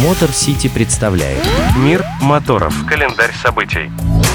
Мотор Сити представляет Мир моторов. Календарь событий.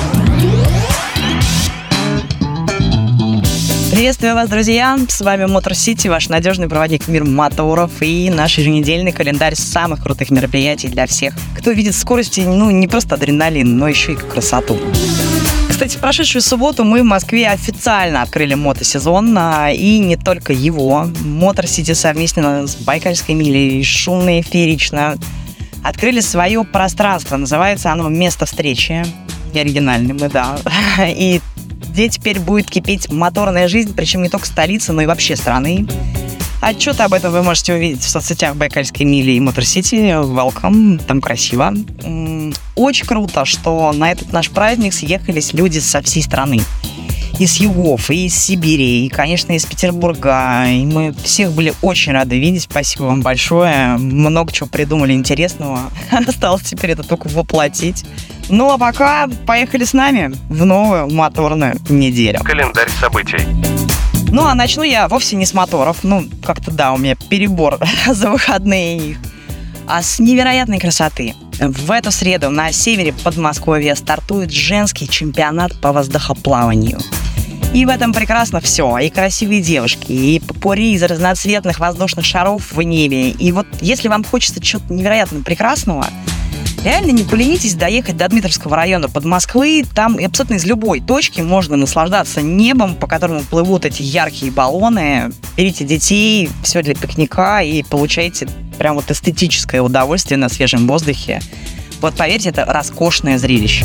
Приветствую вас, друзья! С вами Мотор Сити, ваш надежный проводник в мир моторов и наш еженедельный календарь самых крутых мероприятий для всех, кто видит в скорости, не просто адреналин, но еще и красоту. Кстати, в прошедшую субботу мы в Москве официально открыли мотосезон, и не только его. Мотор Сити совместно с Байкальской милей, шумно и феерично открыли свое пространство. Называется оно «Место встречи». Оригинальный мы, да. И где теперь будет кипеть моторная жизнь, причем не только столицы, но и вообще страны. Отчеты об этом вы можете увидеть в соцсетях Байкальской мили и Мотор Сити. Welcome, там красиво. Очень круто, что на этот наш праздник съехались люди со всей страны. Из югов, и из Сибири, и, конечно, из Петербурга. И мы всех были очень рады видеть. Спасибо вам большое. Много чего придумали интересного. Осталось теперь это только воплотить. Ну а пока поехали с нами в новую моторную неделю. Календарь событий. Ну а начну я вовсе не с моторов. Как-то да, у меня перебор за выходные. А с невероятной красоты. В эту среду на севере Подмосковья стартует женский чемпионат по воздухоплаванию. И в этом прекрасно все. И красивые девушки, и попурри из разноцветных воздушных шаров в небе. И вот если вам хочется чего-то невероятно прекрасного, реально не поленитесь доехать до Дмитровского района под Москвы. Там абсолютно из любой точки можно наслаждаться небом, по которому плывут эти яркие баллоны. Берите детей, все для пикника и получайте прям вот эстетическое удовольствие на свежем воздухе. Вот поверьте, это роскошное зрелище.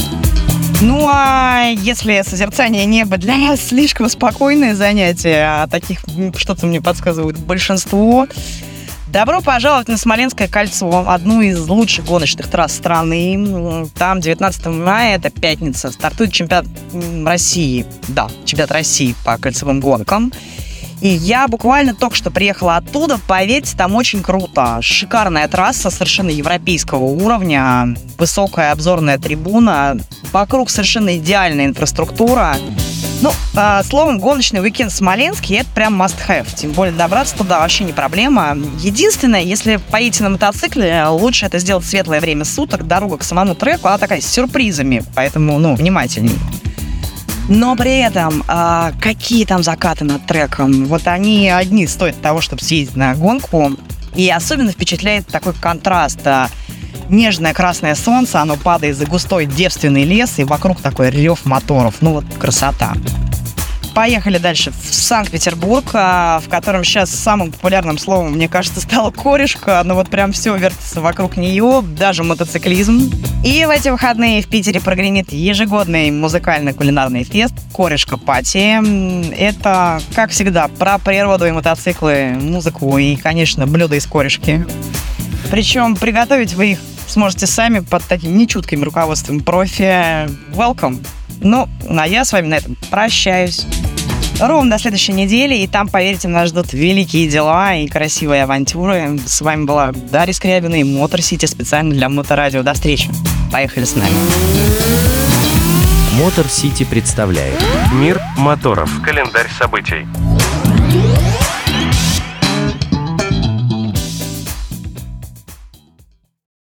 Ну а если созерцание неба для вас слишком спокойное занятие, а таких что-то мне подсказывает большинство, добро пожаловать на Смоленское кольцо, одну из лучших гоночных трасс страны. Там 19 мая, это пятница, стартует чемпионат России. Да, чемпионат России по кольцевым гонкам. И я буквально только что приехала оттуда. Поверьте, там очень круто. Шикарная трасса, совершенно европейского уровня. Высокая обзорная трибуна. Вокруг совершенно идеальная инфраструктура. Словом, гоночный уикенд в Смоленске — это прям must-have. Тем более добраться туда вообще не проблема. Единственное, если поедете на мотоцикле, лучше это сделать в светлое время суток. Дорога к самому треку, она такая с сюрпризами. Поэтому, внимательней. Но при этом, какие там закаты над треком, вот они одни стоят того, чтобы съездить на гонку. И особенно впечатляет такой контраст. Нежное красное солнце, оно падает за густой девственный лес, и вокруг такой рев моторов. Красота. Поехали дальше в Санкт-Петербург, в котором сейчас самым популярным словом, мне кажется, стала корешка. Прям все вертится вокруг нее, даже мотоциклизм. И в эти выходные в Питере прогремит ежегодный музыкально-кулинарный фест «Корешка Пати». Это, как всегда, про природу и мотоциклы, музыку и, конечно, блюда из корешки. Причем приготовить вы их сможете сами под таким нечутким руководством профи. Welcome! А я с вами на этом прощаюсь. Ровно до следующей недели, и там, поверьте, нас ждут великие дела и красивые авантюры. С вами была Дарья Скрябина и Мотор Сити специально для Моторадио. До встречи. Поехали с нами. Мотор Сити представляет Мир моторов. Календарь событий.